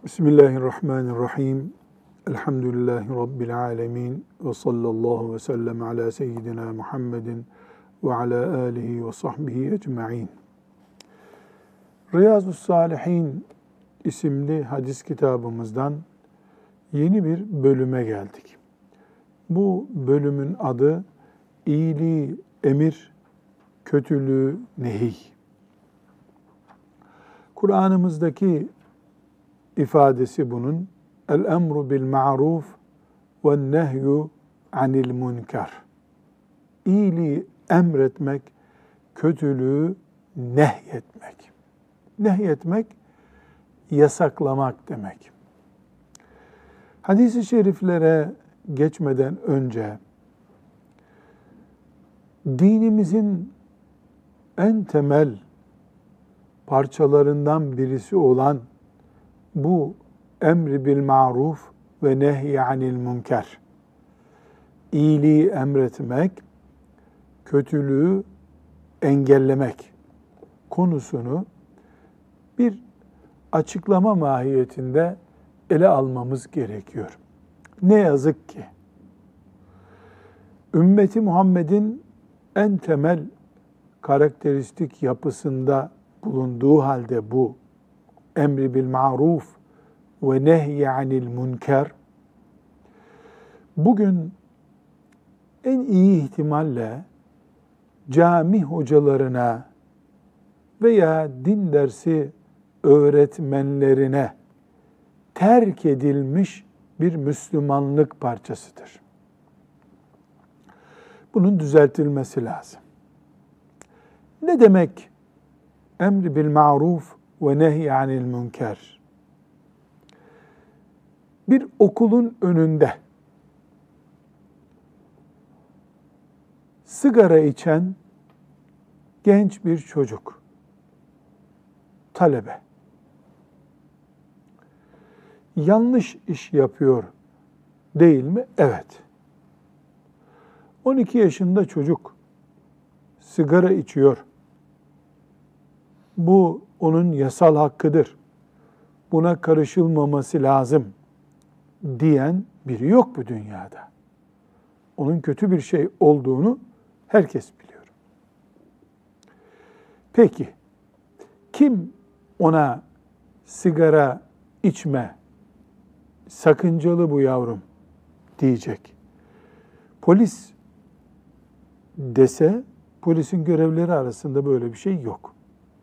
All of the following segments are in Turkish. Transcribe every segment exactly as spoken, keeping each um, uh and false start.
Bismillahirrahmanirrahim. Elhamdülillahi Rabbil alemin. Ve sallallahu ve sellem ala seyyidina Muhammedin ve ala alihi ve sahbihi ecma'in. Riyazu's-Salihin isimli hadis kitabımızdan yeni bir bölüme geldik. Bu bölümün adı iyiliği emir, kötülüğü nehi. Kur'an'ımızdaki ifadesi bunun el-emru bil ma'ruf ve nehyu anil münker. İyiliği emretmek, kötülüğü nehyetmek. Nehyetmek, yasaklamak demek. Hadis-i şeriflere geçmeden önce dinimizin en temel parçalarından birisi olan bu emri bil ma'ruf ve nehy anil münker, iyiliği emretmek, kötülüğü engellemek konusunu bir açıklama mahiyetinde ele almamız gerekiyor. Ne yazık ki ümmeti Muhammed'in en temel karakteristik yapısında bulunduğu halde bu emri bil ma'ruf ve nehy anil münker bugün en iyi ihtimalle cami hocalarına veya din dersi öğretmenlerine terk edilmiş bir Müslümanlık parçasıdır. Bunun düzeltilmesi lazım. Ne demek emri bil ma'ruf ve nehy anil münker? Bir okulun önünde sigara içen genç bir çocuk, talebe, yanlış iş yapıyor değil mi? Evet. on iki yaşında çocuk sigara içiyor. Bu onun yasal hakkıdır. Buna karışılmaması lazım diyen biri yok bu dünyada. Onun kötü bir şey olduğunu herkes biliyor. Peki, kim ona sigara içme, sakıncalı bu yavrum diyecek? Polis dese, polisin görevleri arasında böyle bir şey yok.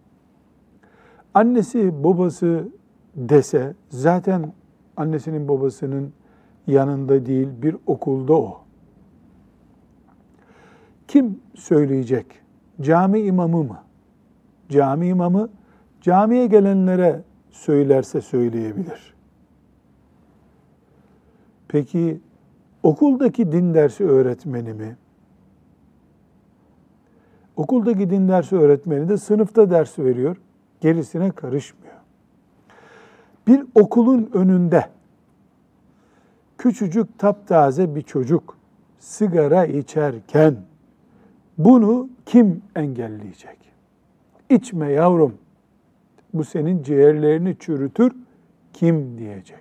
Annesi, babası dese, zaten annesinin babasının yanında değil, bir okulda o. Kim söyleyecek? Cami imamı mı? Cami imamı, camiye gelenlere söylerse söyleyebilir. Peki, okuldaki din dersi öğretmeni mi? Okuldaki din dersi öğretmeni de sınıfta ders veriyor, gerisine karışmıyor. Bir okulun önünde küçücük taptaze bir çocuk sigara içerken bunu kim engelleyecek? İçme yavrum, bu senin ciğerlerini çürütür, kim diyecek?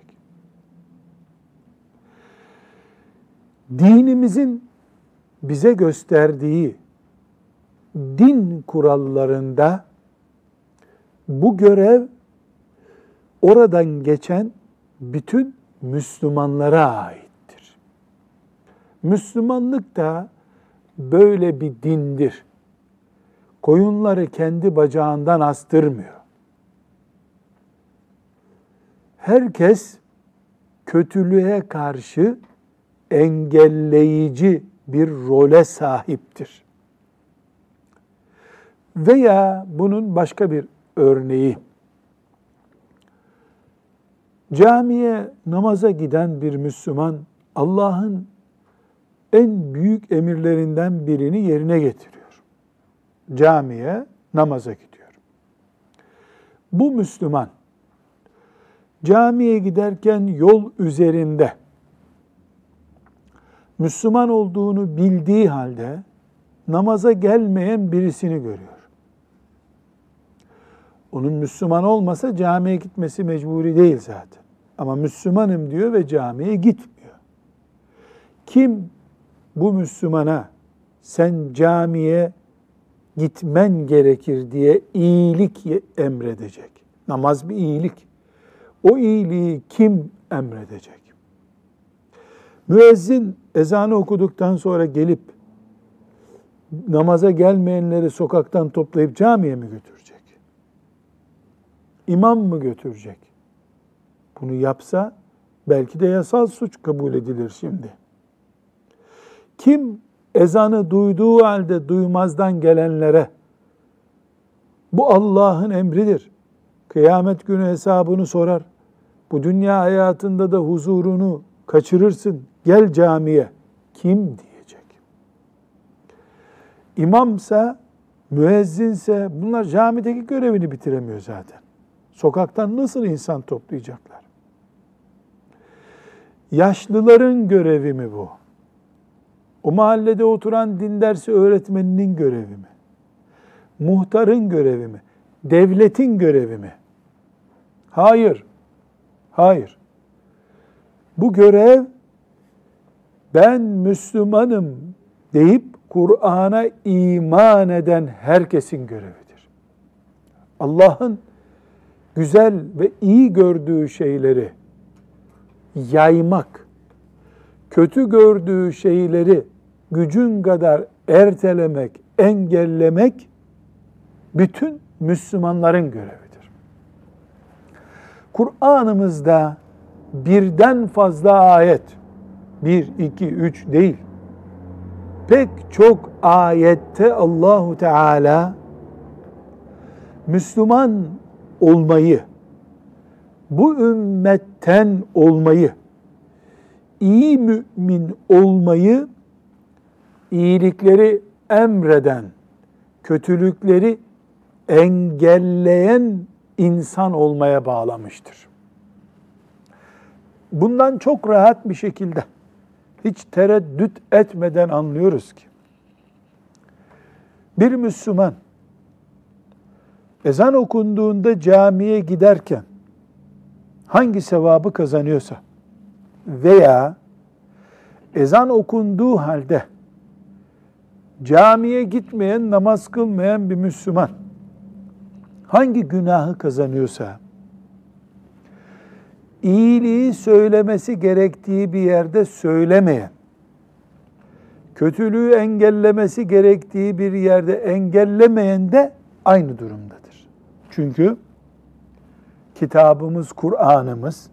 Dinimizin bize gösterdiği din kurallarında bu görev oradan geçen bütün Müslümanlara aittir. Müslümanlık da böyle bir dindir. Koyunları kendi bacağından astırmıyor. Herkes kötülüğe karşı engelleyici bir role sahiptir. Veya bunun başka bir örneği, camiye namaza giden bir Müslüman Allah'ın en büyük emirlerinden birini yerine getiriyor. Camiye namaza gidiyor. Bu Müslüman camiye giderken yol üzerinde Müslüman olduğunu bildiği halde namaza gelmeyen birisini görüyor. Onun Müslüman olmasa camiye gitmesi mecburi değil zaten. ama Müslümanım diyor ve camiye gitmiyor. Kim bu Müslümana sen camiye gitmen gerekir diye iyilik emredecek? Namaz bir iyilik. O iyiliği kim emredecek? Müezzin ezanı okuduktan sonra gelip namaza gelmeyenleri sokaktan toplayıp camiye mi götürecek? İmam mı götürecek? Bunu yapsa belki de yasal suç kabul edilir şimdi. Kim ezanı duyduğu halde duymazdan gelenlere bu Allah'ın emridir, kıyamet günü hesabını sorar, bu dünya hayatında da huzurunu kaçırırsın, gel camiye, kim diyecek? İmamsa, müezzinse bunlar camideki görevini bitiremiyor zaten. Sokaktan nasıl insan toplayacaklar? Yaşlıların görevi mi bu? O mahallede oturan din dersi öğretmeninin görevi mi? Muhtarın görevi mi? Devletin görevi mi? Hayır. Hayır. Bu görev ben Müslümanım deyip Kur'an'a iman eden herkesin görevidir. Allah'ın güzel ve iyi gördüğü şeyleri yaymak, kötü gördüğü şeyleri gücün kadar ertelemek, engellemek bütün Müslümanların görevidir. Kur'an'ımızda birden fazla ayet, bir, iki, üç değil, pek çok ayette Allahu Teala Müslüman olmayı, bu ümmetten olmayı, iyi mümin olmayı, iyilikleri emreden, kötülükleri engelleyen insan olmaya bağlamıştır. Bundan çok rahat bir şekilde, hiç tereddüt etmeden anlıyoruz ki, bir Müslüman ezan okunduğunda camiye giderken hangi sevabı kazanıyorsa veya ezan okunduğu halde camiye gitmeyen, namaz kılmayan bir Müslüman hangi günahı kazanıyorsa, iyiliği söylemesi gerektiği bir yerde söylemeyen, kötülüğü engellemesi gerektiği bir yerde engellemeyen de aynı durumdadır. Çünkü kitabımız, Kur'an'ımız,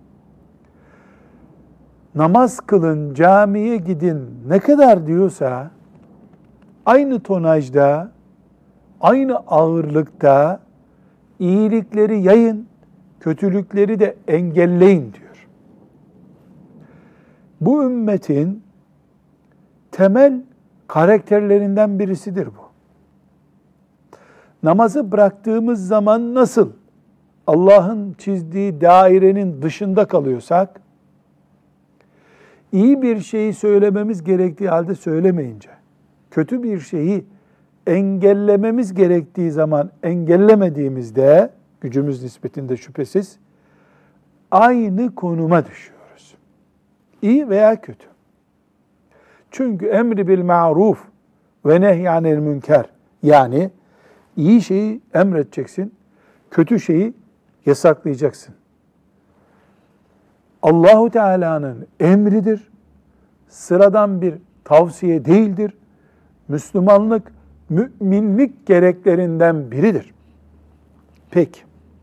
namaz kılın, camiye gidin ne kadar diyorsa, aynı tonajda, aynı ağırlıkta iyilikleri yayın, kötülükleri de engelleyin diyor. Bu ümmetin temel karakterlerinden birisidir bu. Namazı bıraktığımız zaman nasıl Allah'ın çizdiği dairenin dışında kalıyorsak, iyi bir şeyi söylememiz gerektiği halde söylemeyince, kötü bir şeyi engellememiz gerektiği zaman engellemediğimizde, gücümüz nispetinde şüphesiz, aynı konuma düşüyoruz. İyi veya kötü. Çünkü emri bil ma'ruf ve nehyanil münker, yani iyi şeyi emredeceksin, kötü şeyi yasaklayacaksın. Allahu Teala'nın emridir, sıradan bir tavsiye değildir. Müslümanlık, müminlik gereklerinden biridir. Peki,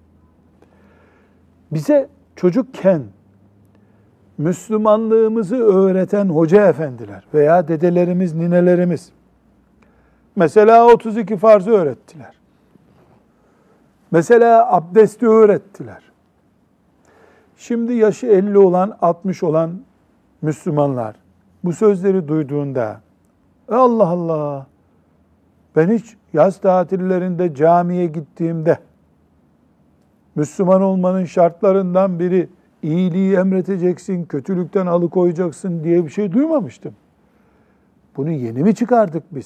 bize çocukken Müslümanlığımızı öğreten hoca efendiler veya dedelerimiz, ninelerimiz mesela otuz iki farzı öğrettiler. Mesela abdesti öğrettiler. Şimdi yaşı elli olan, altmış olan Müslümanlar bu sözleri duyduğunda Allah Allah, ben hiç yaz tatillerinde camiye gittiğimde Müslüman olmanın şartlarından biri iyiliği emredeceksin, kötülükten alıkoyacaksın diye bir şey duymamıştım. Bunu yeni mi çıkardık biz?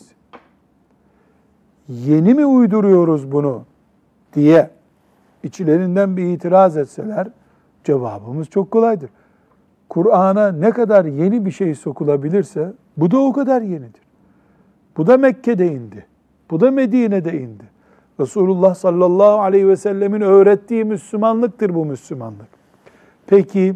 Yeni mi uyduruyoruz bunu diye içlerinden bir itiraz etseler Cevabımız çok kolaydır. Kur'an'a ne kadar yeni bir şey sokulabilirse bu da o kadar yenidir. Bu da Mekke'de indi. Bu da Medine'de indi. Resulullah sallallahu aleyhi ve sellemin öğrettiği Müslümanlıktır bu Müslümanlık. Peki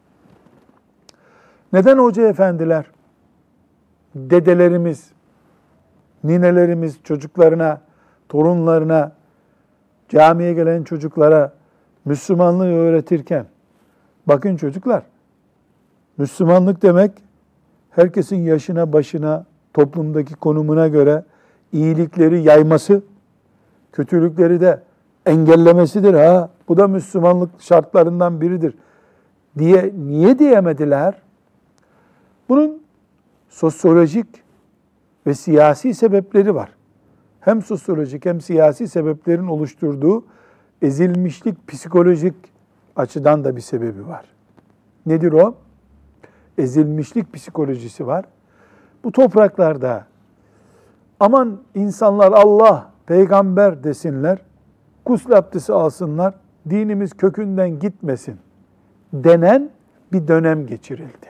neden hoca efendiler, dedelerimiz, ninelerimiz çocuklarına, torunlarına, camiye gelen çocuklara Müslümanlığı öğretirken, bakın çocuklar, Müslümanlık demek herkesin yaşına, başına, toplumdaki konumuna göre iyilikleri yayması, kötülükleri de engellemesidir. Ha, bu da Müslümanlık şartlarından biridir diye niye diyemediler? Bunun sosyolojik ve siyasi sebepleri var. Hem sosyolojik hem siyasi sebeplerin oluşturduğu ezilmişlik psikolojik açıdan da bir sebebi var. Nedir o? Ezilmişlik psikolojisi var. Bu topraklarda aman insanlar Allah, peygamber desinler, gusül abdesti alsınlar, dinimiz kökünden gitmesin denen bir dönem geçirildi.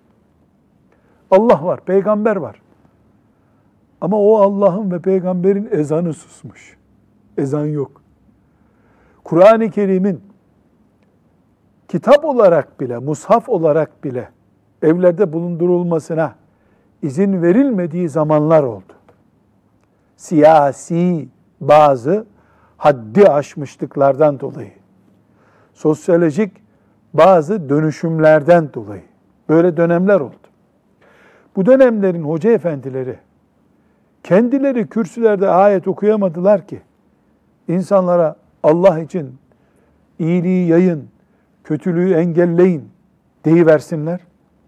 Allah var, peygamber var. Ama o Allah'ın ve peygamberin ezanı susmuş. Ezan yok. Kur'an-ı Kerim'in kitap olarak bile, mushaf olarak bile evlerde bulundurulmasına izin verilmediği zamanlar oldu. Siyasi bazı haddi aşmışlıklardan dolayı, sosyolojik bazı dönüşümlerden dolayı böyle dönemler oldu. Bu dönemlerin hoca efendileri kendileri kürsülerde ayet okuyamadılar ki insanlara Allah için iyiliği yayın, kötülüğü engelleyin deyiversinler.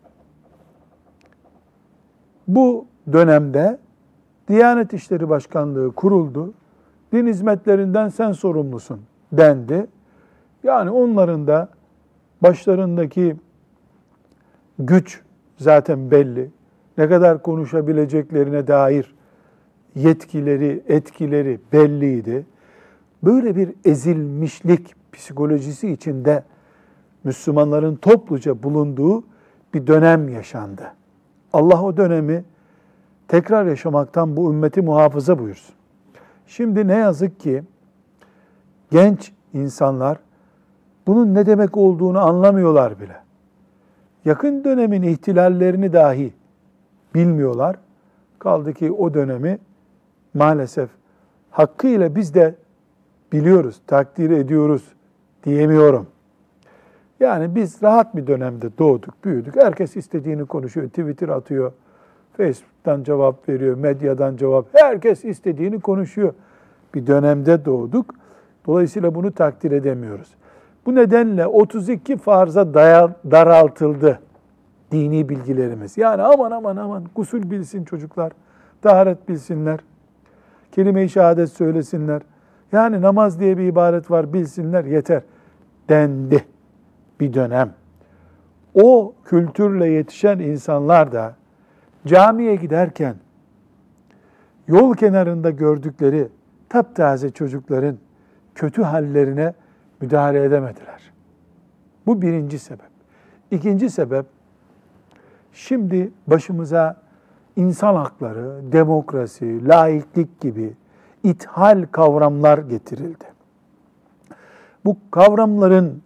Bu dönemde Diyanet İşleri Başkanlığı kuruldu. Din hizmetlerinden sen sorumlusun dendi. Yani onların da başlarındaki güç zaten belli. Ne kadar konuşabileceklerine dair yetkileri, etkileri belliydi. Böyle bir ezilmişlik psikolojisi içinde Müslümanların topluca bulunduğu bir dönem yaşandı. Allah o dönemi tekrar yaşamaktan bu ümmeti muhafaza buyursun. Şimdi ne yazık ki genç insanlar bunun ne demek olduğunu anlamıyorlar bile. Yakın dönemin ihtilallerini dahi bilmiyorlar. Kaldı ki o dönemi maalesef hakkıyla biz de biliyoruz, takdir ediyoruz diyemiyorum. Yani biz rahat bir dönemde doğduk, büyüdük. Herkes istediğini konuşuyor, Twitter atıyor, Facebook'tan cevap veriyor, medyadan cevap. Herkes istediğini konuşuyor. Bir dönemde doğduk. Dolayısıyla bunu takdir edemiyoruz. Bu nedenle otuz iki farza daraltıldı dini bilgilerimiz. Yani aman aman aman gusül bilsin çocuklar, taharet bilsinler, kelime-i şehadet söylesinler. Yani namaz diye bir ibaret var bilsinler yeter dendi bir dönem. O kültürle yetişen insanlar da camiye giderken yol kenarında gördükleri taptaze çocukların kötü hallerine müdahale edemediler. Bu birinci sebep. İkinci sebep, şimdi başımıza insan hakları, demokrasi, laiklik gibi ithal kavramlar getirildi. Bu kavramların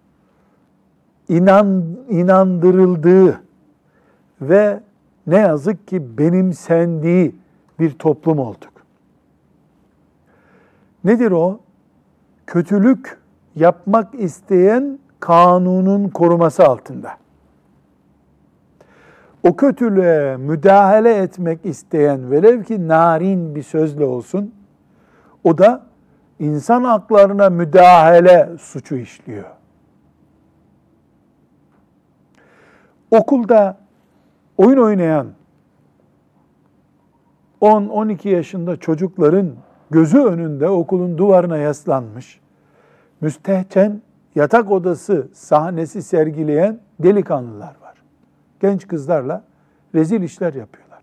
inan, inandırıldığı ve ne yazık ki benimsendiği bir toplum olduk. Nedir o? Kötülük yapmak isteyen kanunun koruması altında. O kötülüğe müdahale etmek isteyen velev ki narin bir sözle olsun, o da insan haklarına müdahale suçu işliyor. Okulda oyun oynayan on on iki yaşında çocukların gözü önünde okulun duvarına yaslanmış, müstehcen yatak odası sahnesi sergileyen delikanlılar var. Genç kızlarla rezil işler yapıyorlar.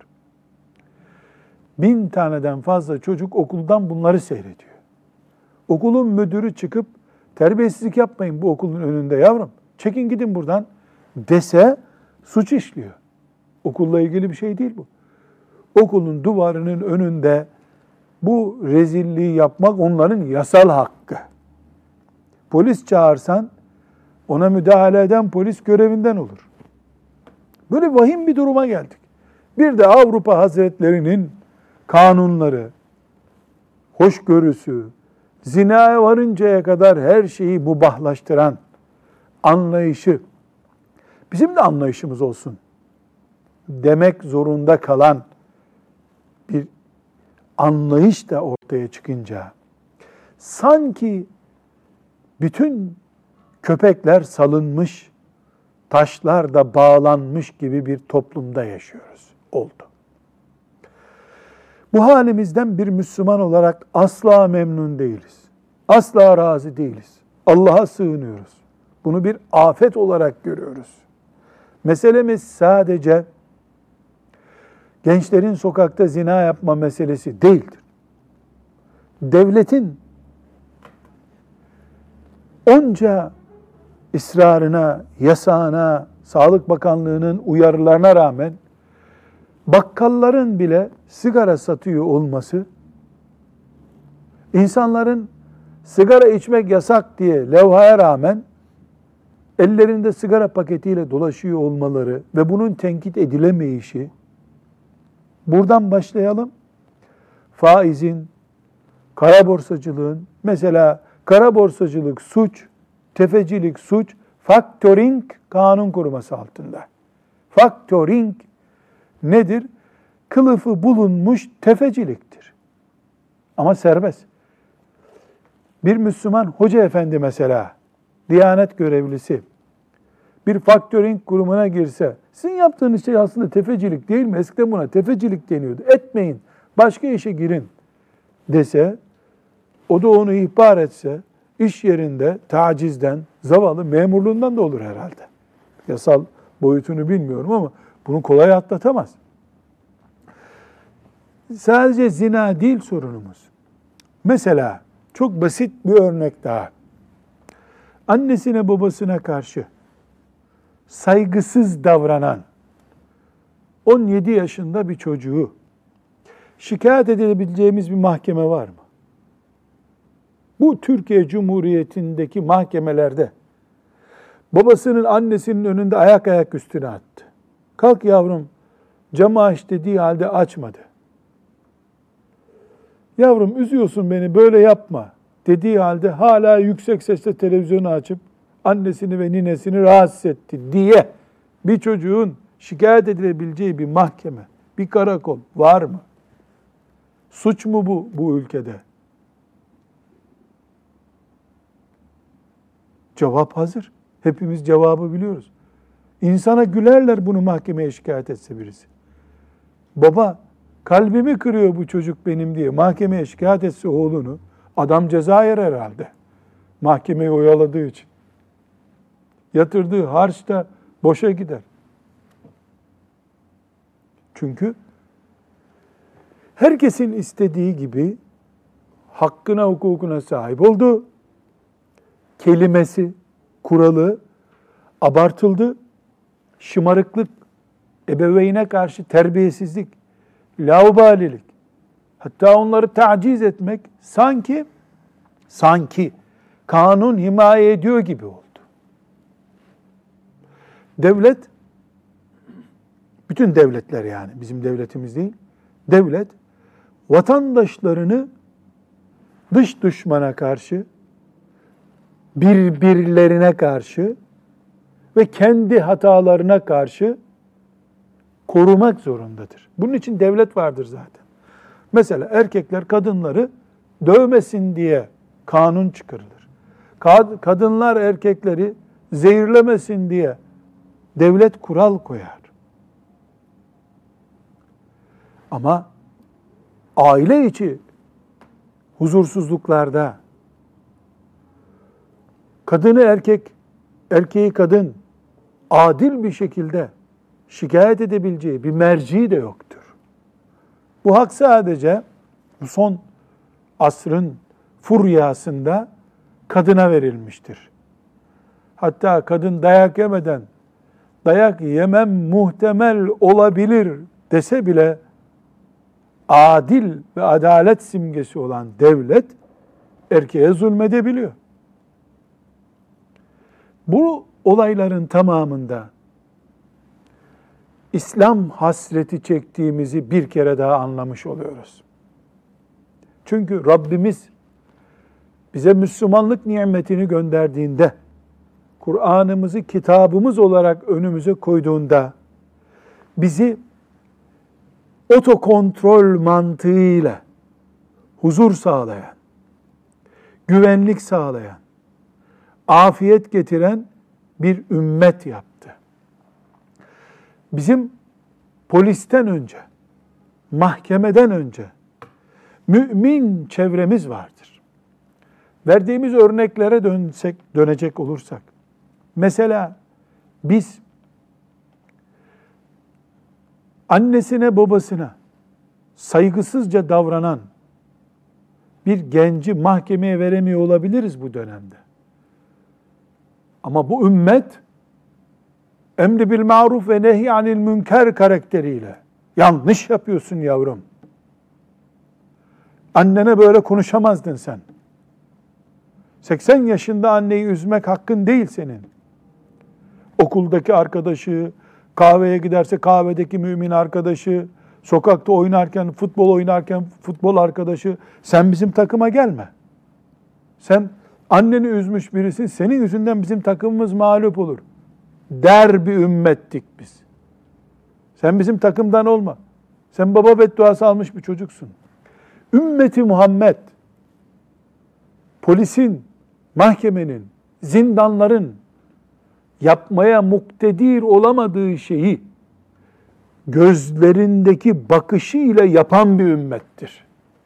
Bin taneden fazla çocuk okuldan bunları seyrediyor. Okulun müdürü çıkıp terbiyesizlik yapmayın bu okulun önünde yavrum. çekin gidin buradan dese suç işliyor. Okulla ilgili bir şey değil bu. Okulun duvarının önünde bu rezilliği yapmak onların yasal hakkı. Polis çağırsan ona müdahale eden polis görevinden olur. Böyle vahim bir duruma geldik. Bir de Avrupa Hazretlerinin kanunları, hoşgörüsü, zinaya varıncaya kadar her şeyi mubahlaştıran anlayışı, bizim de anlayışımız olsun demek zorunda kalan bir anlayış da ortaya çıkınca, sanki bütün köpekler salınmış, taşlar da bağlanmış gibi bir toplumda yaşıyoruz. Oldu. Bu halimizden bir Müslüman olarak asla memnun değiliz. Asla razı değiliz. Allah'a sığınıyoruz. Bunu bir afet olarak görüyoruz. Meselemiz sadece gençlerin sokakta zina yapma meselesi değildir. Devletin onca ısrarına, yasağına, Sağlık Bakanlığı'nın uyarılarına rağmen bakkalların bile sigara satıyor olması, insanların sigara içmek yasak diye levhaya rağmen ellerinde sigara paketiyle dolaşıyor olmaları ve bunun tenkit edilemeyişi, buradan başlayalım. Faizin, kara borsacılığın, mesela kara borsacılık suç, tefecilik suç, faktöring kanun koruması altında. Faktöring nedir? Kılıfı bulunmuş tefeciliktir. Ama serbest. Bir Müslüman hoca efendi mesela, Diyanet görevlisi, bir faktöring kurumuna girse, sizin yaptığınız şey aslında tefecilik değil mi? Eskiden buna tefecilik deniyordu. Etmeyin, başka işe girin dese, o da onu ihbar etse, iş yerinde tacizden, zavallı memurluğundan da olur herhalde. Yasal boyutunu bilmiyorum ama bunu kolay atlatamaz. Sadece zina değil sorunumuz. Mesela çok basit bir örnek daha. Annesine babasına karşı saygısız davranan on yedi yaşında bir çocuğu şikayet edebileceğimiz bir mahkeme var mı? Bu Türkiye Cumhuriyeti'ndeki mahkemelerde babasının annesinin önünde ayak ayak üstüne attı. Kalk yavrum, camı aç dediği halde açmadı. Yavrum üzüyorsun beni, böyle yapma dediği halde hala yüksek sesle televizyonu açıp annesini ve ninesini rahatsız etti diye bir çocuğun şikayet edilebileceği bir mahkeme, bir karakol var mı? Suç mu bu bu ülkede? Cevap hazır. Hepimiz cevabı biliyoruz. İnsana gülerler bunu mahkemeye şikayet etse birisi. Baba, kalbimi kırıyor bu çocuk benim diye mahkemeye şikayet etse oğlunu, adam ceza yer herhalde. Mahkemeyi oyaladığı için. Yatırdığı harç da boşa gider. Çünkü herkesin istediği gibi hakkına, hukukuna sahip oldu. Kelimesi, kuralı abartıldı. Şımarıklık, ebeveyne karşı terbiyesizlik, laubalilik, hatta onları taciz etmek sanki sanki kanun himaye ediyor gibi oldu. Devlet, bütün devletler yani bizim devletimiz değil, devlet vatandaşlarını dış düşmana karşı, birbirlerine karşı ve kendi hatalarına karşı korumak zorundadır. Bunun için devlet vardır zaten. Mesela erkekler kadınları dövmesin diye kanun çıkarılır. Kadınlar erkekleri zehirlemesin diye devlet kural koyar. Ama aile içi huzursuzluklarda kadını erkek, erkeği kadın adil bir şekilde şikayet edebileceği bir merci de yoktur. Bu hak sadece bu son asrın furyasında kadına verilmiştir. hatta kadın dayak yemeden dayak yemem muhtemel olabilir dese bile adil ve adalet simgesi olan devlet erkeğe zulmedebiliyor. Bu olayların tamamında İslam hasreti çektiğimizi bir kere daha anlamış oluyoruz. Çünkü Rabbimiz bize Müslümanlık nimetini gönderdiğinde, Kur'an'ımızı kitabımız olarak önümüze koyduğunda, bizi otokontrol mantığıyla huzur sağlayan, güvenlik sağlayan, afiyet getiren bir ümmet yaptı. Bizim polisten önce, mahkemeden önce mümin çevremiz vardır. Verdiğimiz örneklere dönsek, dönecek olursak, mesela biz annesine babasına saygısızca davranan bir genci mahkemeye veremiyor olabiliriz bu dönemde. Ama bu ümmet emri bil maruf ve nehy anil münker karakteriyle yanlış yapıyorsun yavrum. Annene böyle konuşamazdın sen. seksen yaşında anneyi üzmek hakkın değil senin. Okuldaki arkadaşı, kahveye giderse kahvedeki mümin arkadaşı, sokakta oynarken, futbol oynarken futbol arkadaşı, sen bizim takıma gelme. Sen anneni üzmüş birisin, senin yüzünden bizim takımımız mağlup olur der bir ümmettik biz. Sen bizim takımdan olma. Sen baba bedduası almış bir çocuksun. Ümmeti Muhammed, polisin, mahkemenin, zindanların yapmaya muktedir olamadığı şeyi gözlerindeki bakışıyla yapan bir ümmettir.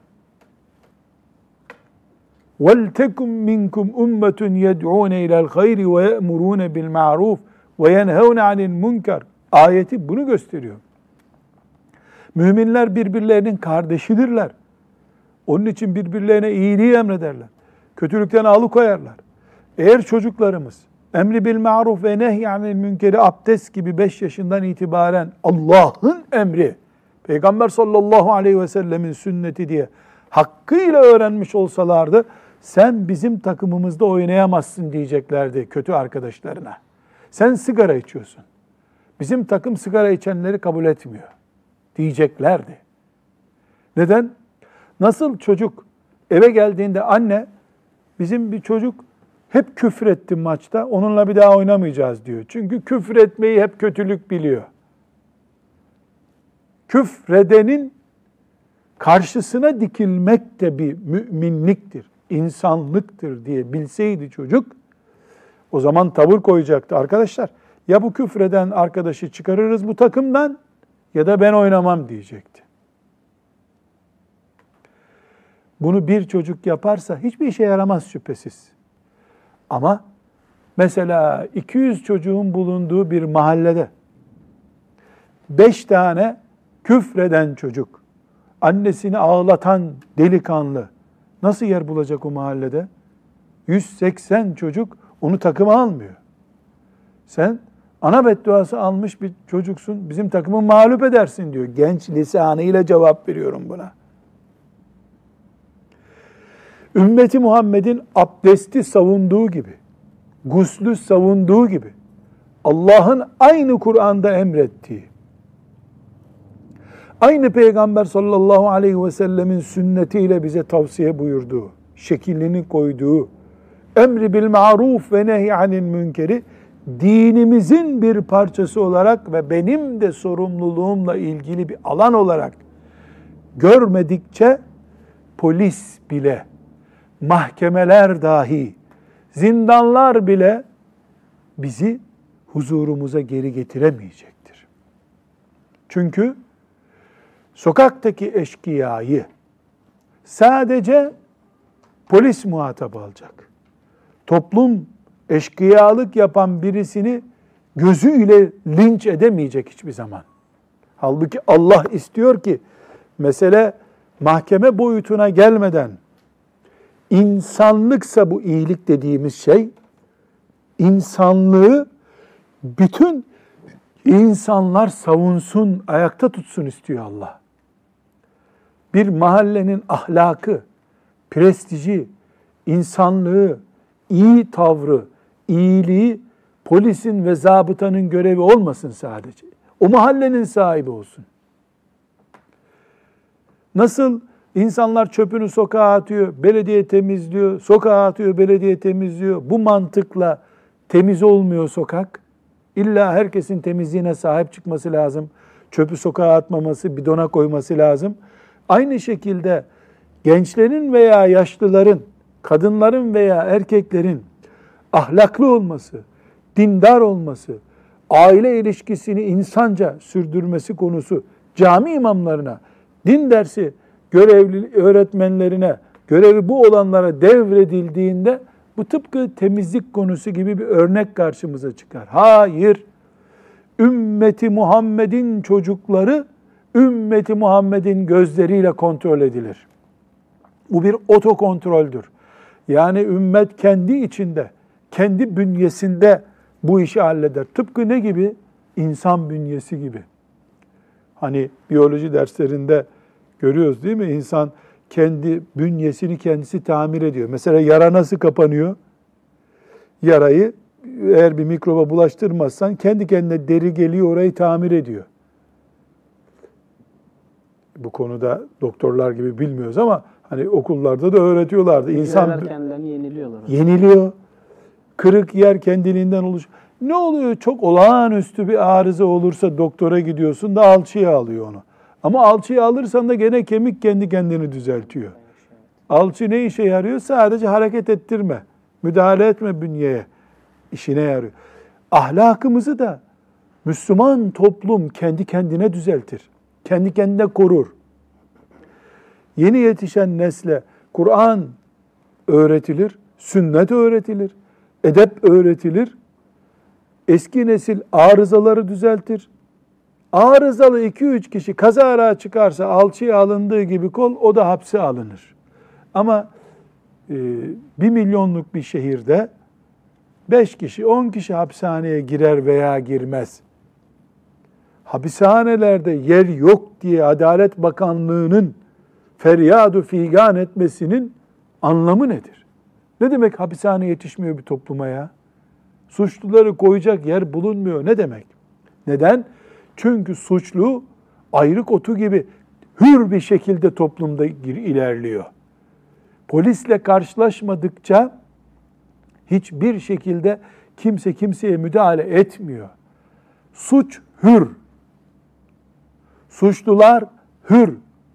وَلْتَكُمْ مِنْكُمْ اُمَّةٌ يَدْعُونَ اِلَى الْخَيْرِ وَيَأْمُرُونَ بِالْمَعْرُوفِ وَيَنْهَوْنَ عَنِ الْمُنْكَرِ ayeti bunu gösteriyor. Müminler birbirlerinin kardeşidirler. Onun için birbirlerine iyiliği emrederler. Kötülükten alıkoyarlar. Eğer çocuklarımız emri bil maruf ve nehy anil münkeri abdest gibi beş yaşından itibaren Allah'ın emri, Peygamber sallallahu aleyhi ve sellemin sünneti diye hakkıyla öğrenmiş olsalardı, sen bizim takımımızda oynayamazsın diyeceklerdi kötü arkadaşlarına. Sen sigara içiyorsun. Bizim takım sigara içenleri kabul etmiyor diyeceklerdi. Neden? Nasıl çocuk eve geldiğinde anne, bizim bir çocuk hep küfür etti maçta, onunla bir daha oynamayacağız diyor. Çünkü küfür etmeyi hep kötülük biliyor. Küfredenin karşısına dikilmek de bir müminliktir, insanlıktır diye bilseydi çocuk, o zaman tavır koyacaktı. Arkadaşlar, ya bu küfreden arkadaşı çıkarırız bu takımdan ya da ben oynamam diyecekti. Bunu bir çocuk yaparsa hiçbir işe yaramaz şüphesiz. Ama mesela iki yüz çocuğun bulunduğu bir mahallede beş tane küfreden çocuk, annesini ağlatan delikanlı nasıl yer bulacak o mahallede? yüz seksen çocuk onu takıma almıyor. Sen ana bedduası almış bir çocuksun, bizim takımı mağlup edersin diyor. Genç lisanıyla cevap veriyorum buna. Ümmeti Muhammed'in abdesti savunduğu gibi, guslü savunduğu gibi, Allah'ın aynı Kur'an'da emrettiği, aynı Peygamber sallallahu aleyhi ve sellemin sünnetiyle bize tavsiye buyurduğu, şeklini koyduğu, emri bil maruf ve nehy anil münkeri, dinimizin bir parçası olarak ve benim de sorumluluğumla ilgili bir alan olarak görmedikçe, polis bile, mahkemeler dahi, zindanlar bile bizi huzurumuza geri getiremeyecektir. Çünkü sokaktaki eşkıyayı sadece polis muhatap alacak. Toplum eşkıyalık yapan birisini gözüyle linç edemeyecek hiçbir zaman. Halbuki Allah istiyor ki mesele mahkeme boyutuna gelmeden, insanlıksa bu iyilik dediğimiz şey, insanlığı bütün insanlar savunsun, ayakta tutsun istiyor Allah. Bir mahallenin ahlakı, prestiji, insanlığı, iyi tavrı, iyiliği polisin ve zabıtanın görevi olmasın sadece. O mahallenin sahibi olsun. Nasıl insanlar çöpünü sokağa atıyor, belediye temizliyor, sokağa atıyor, belediye temizliyor. Bu mantıkla temiz olmuyor sokak. İlla herkesin temizliğine sahip çıkması lazım. Çöpü sokağa atmaması, bidona koyması lazım. Aynı şekilde gençlerin veya yaşlıların, kadınların veya erkeklerin ahlaklı olması, dindar olması, aile ilişkisini insanca sürdürmesi konusu cami imamlarına, din dersi görevli öğretmenlerine, görevi bu olanlara devredildiğinde bu tıpkı temizlik konusu gibi bir örnek karşımıza çıkar. Hayır, ümmeti Muhammed'in çocukları ümmeti Muhammed'in gözleriyle kontrol edilir. Bu bir otokontroldür. Yani ümmet kendi içinde, kendi bünyesinde bu işi halleder. Tıpkı ne gibi? İnsan bünyesi gibi. Hani biyoloji derslerinde görüyoruz değil mi? İnsan kendi bünyesini kendisi tamir ediyor. Mesela yara nasıl kapanıyor? Yarayı eğer bir mikroba bulaştırmazsan kendi kendine deri geliyor, orayı tamir ediyor. Bu konuda doktorlar gibi bilmiyoruz ama hani okullarda da öğretiyorlardı. İnsan kendilerini yeniliyorlar. Yeniliyor. Kırık yer kendiliğinden oluşuyor. Ne oluyor? Çok olağanüstü bir arıza olursa doktora gidiyorsun da alçıya alıyor onu. Ama alçıyı alırsan da gene kemik kendi kendini düzeltiyor. Alçı ne işe yarıyor? Sadece hareket ettirme. Müdahale etme bünyeye. İşine yarıyor. Ahlakımızı da Müslüman toplum kendi kendine düzeltir. Kendi kendine korur. Yeni yetişen nesle Kur'an öğretilir, sünnet öğretilir, edep öğretilir. Eski nesil arızaları düzeltir. Arızalı iki üç kişi kazara çıkarsa alçıya alındığı gibi kol, o da hapse alınır. Ama e, bir milyonluk bir şehirde beş kişi, on kişi hapishaneye girer veya girmez. Hapishanelerde yer yok diye Adalet Bakanlığı'nın feryadu figan etmesinin anlamı nedir? Ne demek hapishane yetişmiyor bir topluma ya? Suçluları koyacak yer bulunmuyor. Ne demek? Neden? Çünkü suçlu ayrık otu gibi hür bir şekilde toplumda ilerliyor. Polisle karşılaşmadıkça hiçbir şekilde kimse kimseye müdahale etmiyor. Suç hür. Suçlular hür.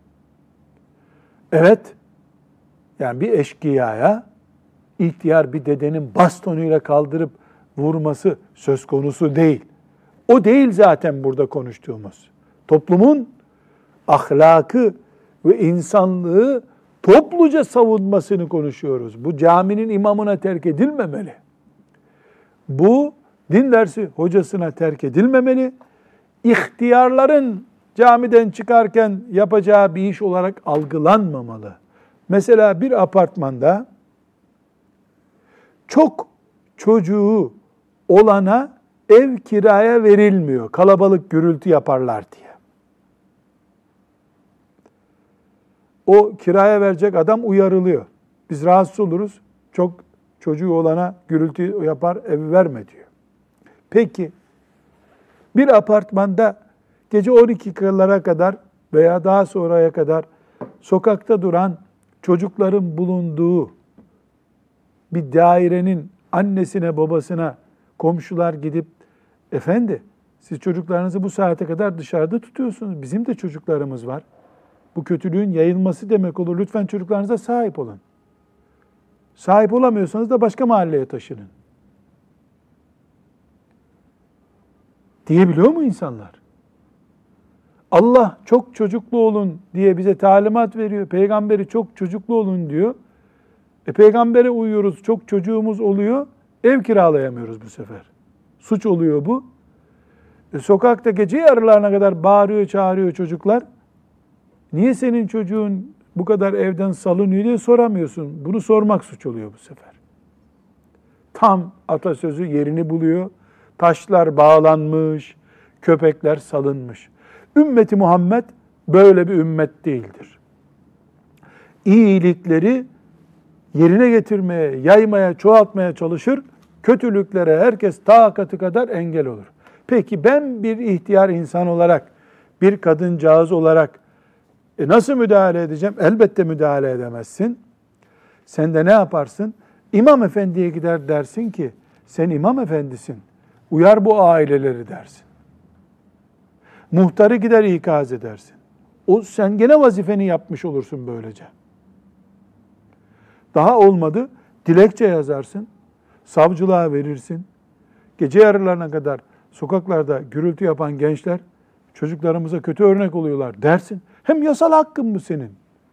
Evet, yani bir eşkıyaya ihtiyar bir dedenin bastonuyla kaldırıp vurması söz konusu değil. O değil zaten burada konuştuğumuz. Toplumun ahlakı ve insanlığı topluca savunmasını konuşuyoruz. Bu caminin imamına terk edilmemeli. Bu din dersi hocasına terk edilmemeli. İhtiyarların camiden çıkarken yapacağı bir iş olarak algılanmamalı. Mesela bir apartmanda çok çocuğu olana ev kiraya verilmiyor. Kalabalık gürültü yaparlar diye. O kiraya verecek adam uyarılıyor. Biz rahatsız oluruz. Çok çocuğu olana gürültü yapar, evi verme diyor. Peki bir apartmanda gece on ikilara kadar veya daha sonraya kadar sokakta duran çocukların bulunduğu bir dairenin annesine, babasına komşular gidip, efendi siz çocuklarınızı bu saate kadar dışarıda tutuyorsunuz. Bizim de çocuklarımız var. Bu kötülüğün yayılması demek olur. Lütfen çocuklarınıza sahip olun. Sahip olamıyorsanız da başka mahalleye taşının. Diyebiliyor mu insanlar? Allah çok çocuklu olun diye bize talimat veriyor. Peygamberi çok çocuklu olun diyor. E peygambere uyuyoruz, çok çocuğumuz oluyor. Ev kiralayamıyoruz bu sefer. Suç oluyor bu. E sokakta gece yarılarına kadar bağırıyor, çağırıyor çocuklar. Niye senin çocuğun bu kadar evden salınıyor diye soramıyorsun. Bunu sormak suç oluyor bu sefer. tam atasözü yerini buluyor. Taşlar bağlanmış, köpekler salınmış. Ümmeti Muhammed böyle bir ümmet değildir. İyilikleri yerine getirmeye, yaymaya, çoğaltmaya çalışır. Kötülüklere herkes takatı kadar engel olur. Peki ben bir ihtiyar insan olarak, bir kadıncağız olarak e nasıl müdahale edeceğim? Elbette müdahale edemezsin. Sen de ne yaparsın? İmam efendiye gider dersin ki, sen imam efendisin, uyar bu aileleri dersin. Muhtarı gider ikaz edersin. O, sen gene vazifeni yapmış olursun böylece. Daha olmadı, dilekçe yazarsın, savcılığa verirsin. Gece yarılarına kadar sokaklarda gürültü yapan gençler, çocuklarımıza kötü örnek oluyorlar dersin. Hem yasal hakkın bu senin.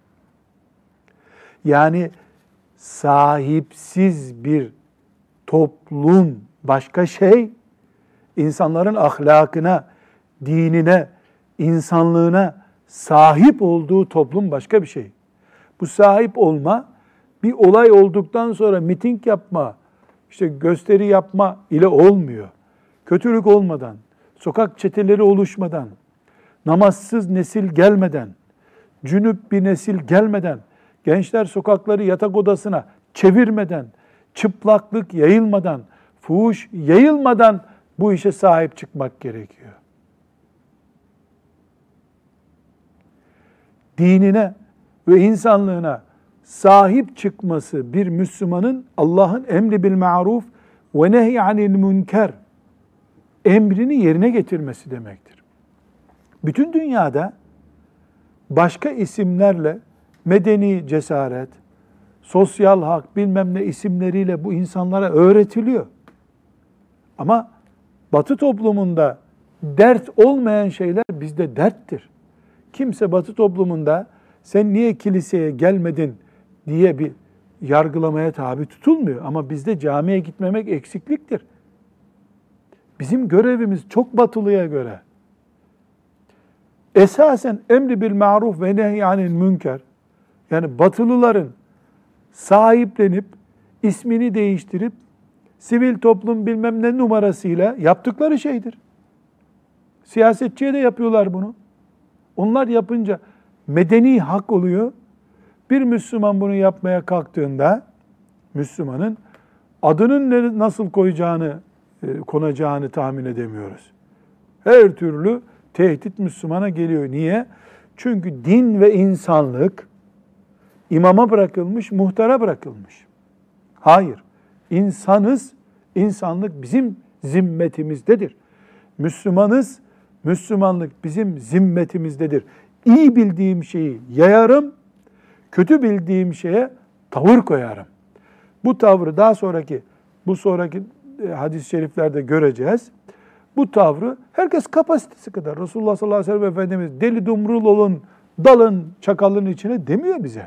Yani sahipsiz bir toplum başka şey, insanların ahlakına, dinine, insanlığına sahip olduğu toplum başka bir şey. Bu sahip olma, bir olay olduktan sonra miting yapma, işte gösteri yapma ile olmuyor. Kötülük olmadan, sokak çeteleri oluşmadan, namazsız nesil gelmeden, cünüp bir nesil gelmeden, gençler sokakları yatak odasına çevirmeden, çıplaklık yayılmadan, fuhuş yayılmadan bu işe sahip çıkmak gerekiyor. Dinine ve insanlığına sahip çıkması bir Müslümanın Allah'ın emri bil ma'ruf ve nehy anil münker emrini yerine getirmesi demektir. Bütün dünyada başka isimlerle medeni cesaret, sosyal hak bilmem ne isimleriyle bu insanlara öğretiliyor. Ama Batı toplumunda dert olmayan şeyler bizde derttir. Kimse Batı toplumunda sen niye kiliseye gelmedin diye bir yargılamaya tabi tutulmuyor. Ama bizde camiye gitmemek eksikliktir. Bizim görevimiz çok Batılıya göre. Esasen emri bil ma'ruf ve nehy anil münker, yani Batılıların sahiplenip ismini değiştirip sivil toplum bilmem ne numarasıyla yaptıkları şeydir. Siyasetçiye de yapıyorlar bunu. Onlar yapınca medeni hak oluyor. Bir Müslüman bunu yapmaya kalktığında Müslümanın adının nasıl koyacağını, konacağını tahmin edemiyoruz. Her türlü tehdit Müslümana geliyor. Niye? Çünkü din ve insanlık imama bırakılmış, muhtara bırakılmış. Hayır. İnsanız, insanlık bizim zimmetimizdedir. Müslümanız, Müslümanlık bizim zimmetimizdedir. İyi bildiğim şeyi yayarım, kötü bildiğim şeye tavır koyarım. Bu tavrı daha sonraki, bu sonraki hadis-i şeriflerde göreceğiz. Bu tavrı herkes kapasitesi kadar. Resulullah sallallahu aleyhi ve sellem Efendimiz deli dumrul olun, dalın çakalın içine demiyor bize.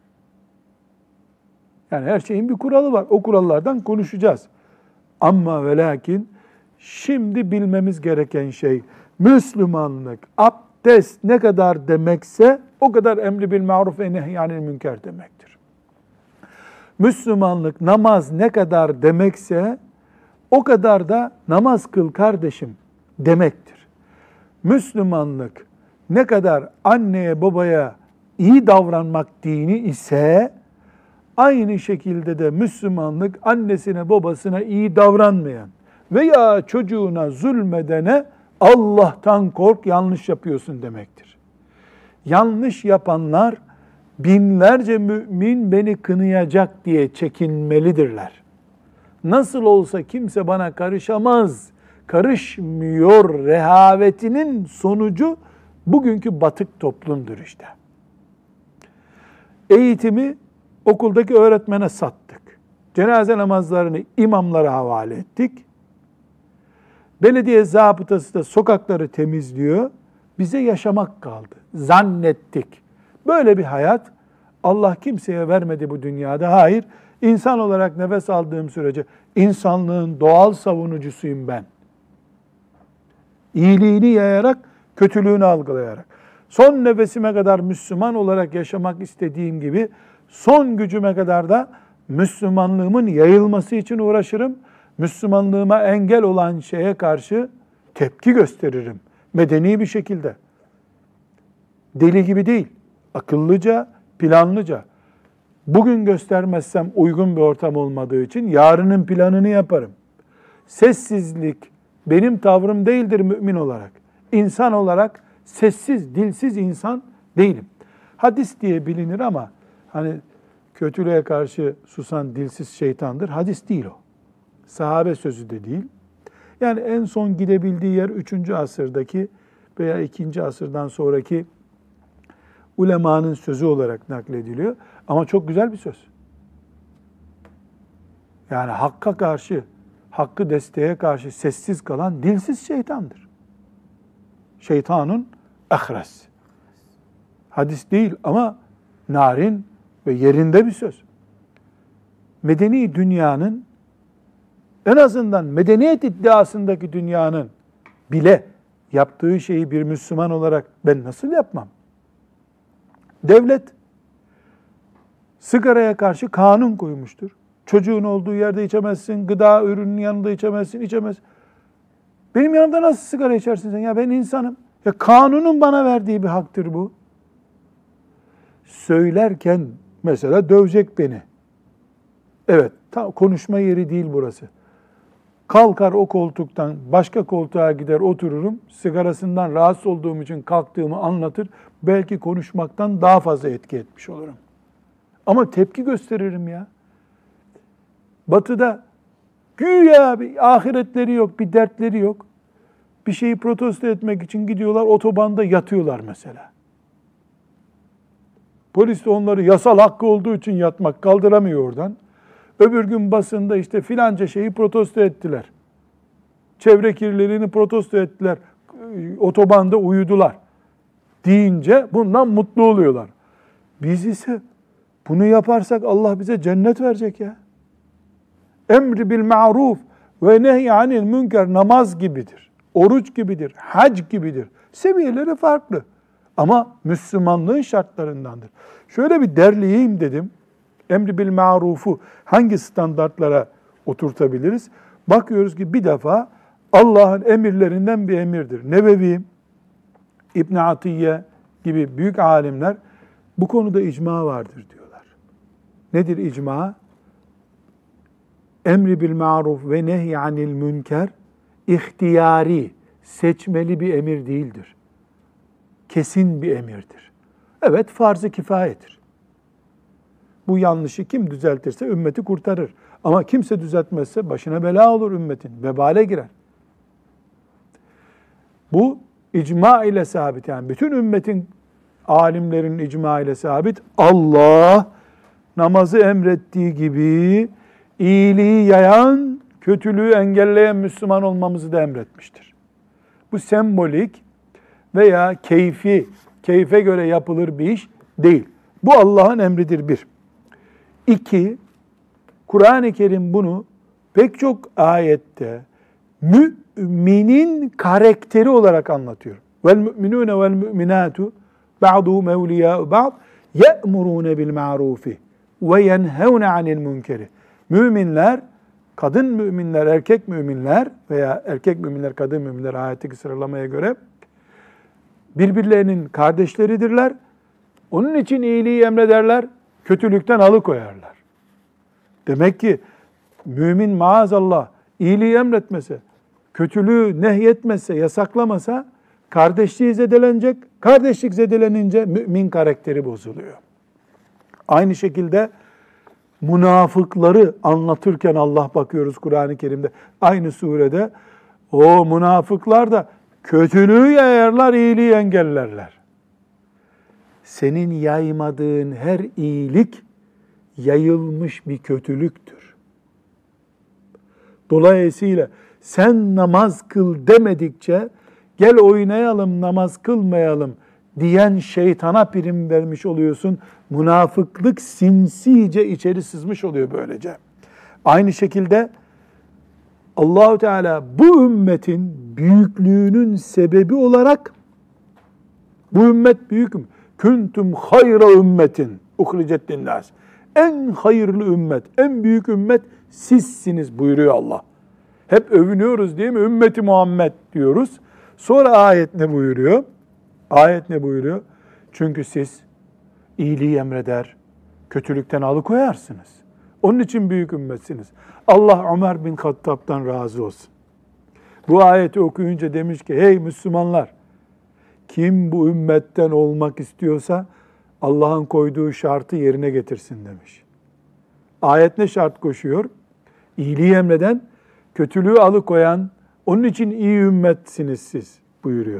Yani her şeyin bir kuralı var. O kurallardan konuşacağız. Ama ve lakin şimdi bilmemiz gereken şey Müslümanlık, abdest ne kadar demekse o kadar emri bil ma'ruf ve nehy anil münker demektir. Müslümanlık, namaz ne kadar demekse o kadar da namaz kıl kardeşim demektir. Müslümanlık ne kadar anneye babaya iyi davranmak dini ise aynı şekilde de Müslümanlık annesine babasına iyi davranmayan veya çocuğuna zulmedene Allah'tan kork, yanlış yapıyorsun demektir. Yanlış yapanlar binlerce mümin beni kınayacak diye çekinmelidirler. Nasıl olsa kimse bana karışamaz, karışmıyor rehavetinin sonucu bugünkü batık toplumdur işte. Eğitimi okuldaki öğretmene sattık. Cenaze namazlarını imamlara havale ettik. Belediye zabıtası da sokakları temizliyor. Bize yaşamak kaldı. Zannettik. Böyle bir hayat Allah kimseye vermedi bu dünyada. Hayır, insan olarak nefes aldığım sürece insanlığın doğal savunucusuyum ben. İyiliğini yayarak, kötülüğünü algılayarak. Son nefesime kadar Müslüman olarak yaşamak istediğim gibi son gücüme kadar da Müslümanlığımın yayılması için uğraşırım. Müslümanlığıma engel olan şeye karşı tepki gösteririm. Medeni bir şekilde. Deli gibi değil. Akıllıca, planlıca. Bugün göstermezsem uygun bir ortam olmadığı için yarının planını yaparım. Sessizlik benim tavrım değildir mümin olarak. İnsan olarak sessiz, dilsiz insan değilim. Hadis diye bilinir ama hani kötülüğe karşı susan dilsiz şeytandır. Hadis değil o. Sahabe sözü de değil. Yani en son gidebildiği yer üçüncü asırdaki veya ikinci asırdan sonraki ulemanın sözü olarak naklediliyor. Ama çok güzel bir söz. Yani hakka karşı, hakkı desteğe karşı sessiz kalan dilsiz şeytandır. Şeytanın ahres. Hadis değil ama narin ve yerinde bir söz. Medeni dünyanın, en azından medeniyet iddiasındaki dünyanın bile yaptığı şeyi bir Müslüman olarak ben nasıl yapmam? Devlet sigaraya karşı kanun koymuştur. Çocuğun olduğu yerde içemezsin, gıda ürünün yanında içemezsin, içemez. Benim yanımda nasıl sigara içersin sen? Ya ben insanım. Ya kanunun bana verdiği bir haktır bu. Söylerken mesela dövecek beni. Evet, ta, konuşma yeri değil burası. Kalkar o koltuktan başka koltuğa gider otururum. Sigarasından rahatsız olduğum için kalktığımı anlatır. Belki konuşmaktan daha fazla etki etmiş olurum. Ama tepki gösteririm ya. Batı'da güya bir ahiretleri yok, bir dertleri yok. Bir şeyi protesto etmek için gidiyorlar, otobanda yatıyorlar mesela. Polis de onları yasal hakkı olduğu için yatmak kaldıramıyor oradan. Öbür gün basında işte filanca şeyi protesto ettiler. Çevre kirliliğini protesto ettiler. Otobanda uyudular deyince bundan mutlu oluyorlar. Biz ise bunu yaparsak Allah bize cennet verecek ya. Emri bil ma'ruf ve nehy anil münker namaz gibidir. Oruç gibidir, hac gibidir. Seviyeleri farklı. Ama Müslümanlığın şartlarındandır. Şöyle bir derleyeyim dedim. Emri bil ma'rufu hangi standartlara oturtabiliriz? Bakıyoruz ki bir defa Allah'ın emirlerinden bir emirdir. Nebevi, İbn Atiyye gibi büyük alimler bu konuda icma vardır diyorlar. Nedir icma? Emri bil ma'ruf ve nehy anil münker ihtiyari, seçmeli bir emir değildir. Kesin bir emirdir. Evet, farz-ı kifayedir. Bu yanlışı kim düzeltirse ümmeti kurtarır. Ama kimse düzeltmezse başına bela olur ümmetin, vebale girer. Bu icma ile sabit, yani bütün ümmetin, alimlerin icma ile sabit. Allah namazı emrettiği gibi iyiliği yayan, kötülüğü engelleyen Müslüman olmamızı da emretmiştir. Bu sembolik veya keyfi, keyfe göre yapılır bir iş değil. Bu Allah'ın emridir bir. İki, Kur'an-ı Kerim bunu pek çok ayette müminin karakteri olarak anlatıyor. Vel müminune vel müminatu ba'duhum evliyâ'u ba'd ye'murûne bil ma'rufi ve yenhevne anil münkeri. Müminler, kadın müminler, erkek müminler veya erkek müminler, kadın müminler ayetteki sıralamaya göre birbirlerinin kardeşleridirler. Onun için iyiliği emrederler, kötülükten alıkoyarlar. Demek ki mümin maazallah iyiliği emretmese, kötülüğü nehyetmese, yasaklamasa kardeşliği zedelenecek. Kardeşlik zedelenince mümin karakteri bozuluyor. Aynı şekilde münafıkları anlatırken Allah bakıyoruz Kur'an-ı Kerim'de. Aynı surede o münafıklar da kötülüğü yayarlar, iyiliği engellerler. Senin yaymadığın her iyilik yayılmış bir kötülüktür. Dolayısıyla sen namaz kıl demedikçe gel oynayalım, namaz kılmayalım diyen şeytana prim vermiş oluyorsun. Münafıklık sinsice içeri sızmış oluyor böylece. Aynı şekilde Allah-u Teala bu ümmetin büyüklüğünün sebebi olarak, bu ümmet büyük mü? Kuntum hayra ümmetin uhricet linnâs. en hayırlı ümmet, en büyük ümmet sizsiniz buyuruyor Allah. Hep övünüyoruz değil mi? Ümmeti Muhammed diyoruz. Sonra ayet ne buyuruyor? Ayet ne buyuruyor? Çünkü siz iyiliği emreder, kötülükten alıkoyarsınız. Onun için büyük ümmetsiniz. Allah Ömer bin Hattab'dan razı olsun. Bu ayeti okuyunca demiş ki, hey Müslümanlar, kim bu ümmetten olmak istiyorsa Allah'ın koyduğu şartı yerine getirsin demiş. Ayet ne şart koşuyor? İyiliği emreden, kötülüğü alıkoyan, onun için iyi ümmetsiniz siz buyuruyor.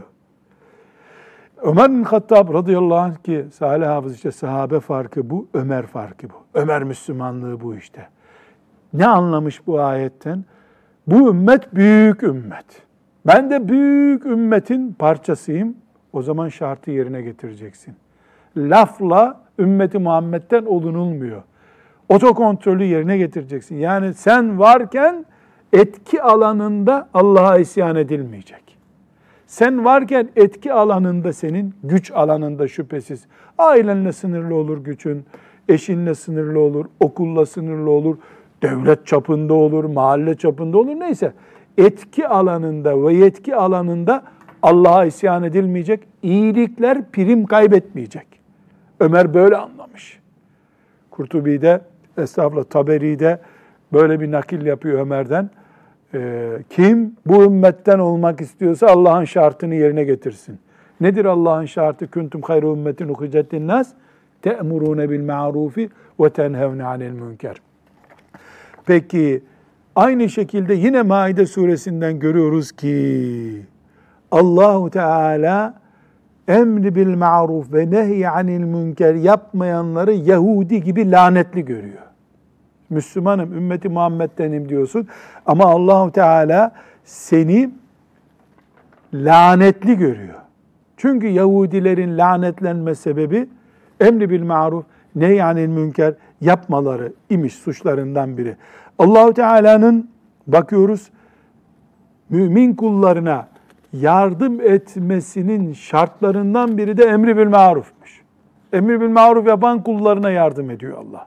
Ömer bin Hattab radıyallahu anh ki Salih Hafız işte sahabe farkı bu, Ömer farkı bu. Ömer Müslümanlığı bu işte. Ne anlamış bu ayetten? Bu ümmet büyük ümmet. Ben de büyük ümmetin parçasıyım. O zaman şartı yerine getireceksin. Lafla ümmeti Muhammed'den olunulmuyor. Otokontrolü yerine getireceksin. Yani sen varken etki alanında Allah'a isyan edilmeyecek. Sen varken etki alanında senin, güç alanında şüphesiz. Ailenle sınırlı olur gücün, eşinle sınırlı olur, okulla sınırlı olur, devlet çapında olur, mahalle çapında olur, neyse. Etki alanında ve yetki alanında Allah'a isyan edilmeyecek, iyilikler prim kaybetmeyecek. Ömer böyle anlamış. Kurtubi'de, estağfurullah Taberi'de böyle bir nakil yapıyor Ömer'den. Ee, kim bu ümmetten olmak istiyorsa Allah'ın şartını yerine getirsin. Nedir Allah'ın şartı? Kuntum hayru ümmetin ukhrijat linnas te'murune bil ma'rufi ve tenhevne anil münker. Peki aynı şekilde yine Maide suresinden görüyoruz ki Allahu Teala emri bil ma'ruf ve nehy anil münker yapmayanları Yahudi gibi lanetli görüyor. Müslümanım, ümmeti Muhammed'denim diyorsun ama Allahu Teala seni lanetli görüyor. Çünkü Yahudilerin lanetlenme sebebi emri bil ma'ruf, nehy anil münker yapmaları imiş, suçlarından biri. Allahu Teala'nın bakıyoruz mümin kullarına yardım etmesinin şartlarından biri de emri bil marufmuş. Emri bil maruf yapan kullarına yardım ediyor Allah.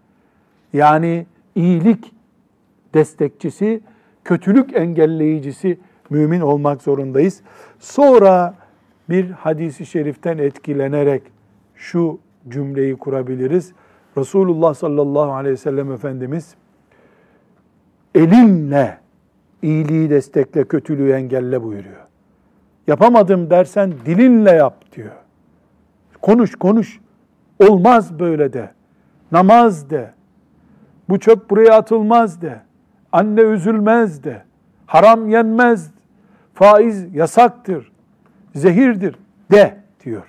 Yani iyilik destekçisi, kötülük engelleyicisi mümin olmak zorundayız. Sonra bir hadisi şeriften etkilenerek şu cümleyi kurabiliriz. Resulullah sallallahu aleyhi ve sellem Efendimiz elinle iyiliği destekle, kötülüğü engelle buyuruyor. Yapamadım dersen dilinle yap diyor. Konuş konuş. Olmaz böyle de. Namaz de. Bu çöp buraya atılmaz de. Anne üzülmez de. Haram yenmez. Faiz yasaktır. Zehirdir de diyor.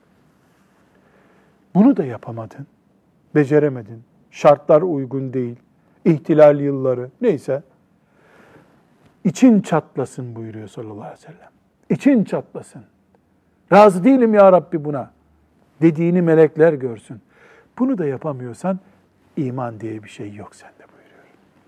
Bunu da yapamadın. Beceremedin. Şartlar uygun değil. İhtilal yılları neyse. İçin çatlasın buyuruyor sallallahu aleyhi ve sellem. İçin çatlasın. Razı değilim ya Rabbi buna dediğini melekler görsün. Bunu da yapamıyorsan iman diye bir şey yok sende buyuruyor.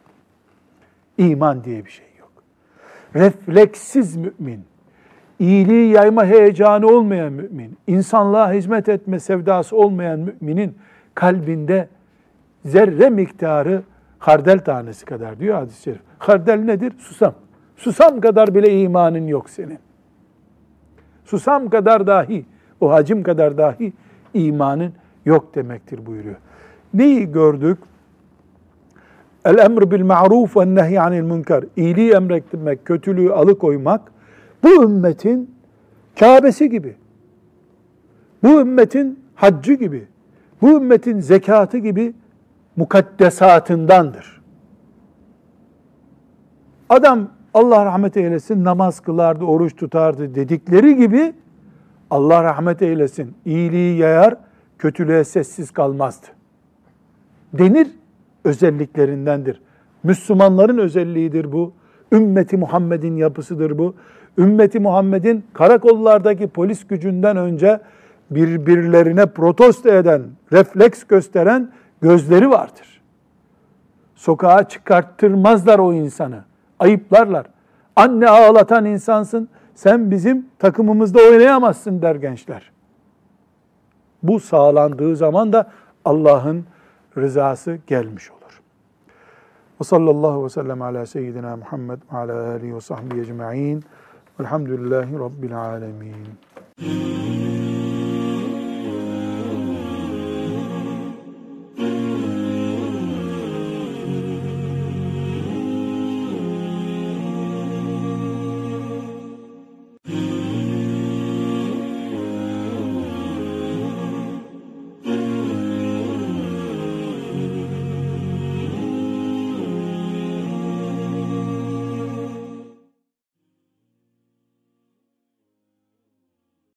İman diye bir şey yok. Refleksiz mümin, iyiliği yayma heyecanı olmayan mümin, insanlığa hizmet etme sevdası olmayan müminin kalbinde zerre miktarı hardel tanesi kadar diyor hadis-i şerif. Hardel nedir? Susam. Susam kadar bile imanın yok senin. Susam kadar dahi, o hacim kadar dahi imanın yok demektir buyuruyor. Neyi gördük? El-emr bil ma'ruf ve nehy anil münker. İyiliği emretmek, kötülüğü alıkoymak bu ümmetin Kâbesi gibi. Bu ümmetin haccı gibi. Bu ümmetin zekatı gibi mukaddesatındandır. Adam Allah rahmet eylesin namaz kılardı, oruç tutardı dedikleri gibi Allah rahmet eylesin iyiliği yayar, kötülüğe sessiz kalmazdı. Denir, özelliklerindendir. Müslümanların özelliğidir bu. Ümmeti Muhammed'in yapısıdır bu. Ümmeti Muhammed'in karakollardaki polis gücünden önce birbirlerine protesto eden, refleks gösteren gözleri vardır. Sokağa çıkarttırmazlar o insanı. Ayıplarlar. Anne ağlatan insansın, sen bizim takımımızda oynayamazsın der gençler. Bu sağlandığı zaman da Allah'ın rızası gelmiş olur. Ve sallallahu ve sellem ala seyyidina Muhammed ve ala alihi ve sahbihi ecma'in. Velhamdülillahi Rabbil alemin.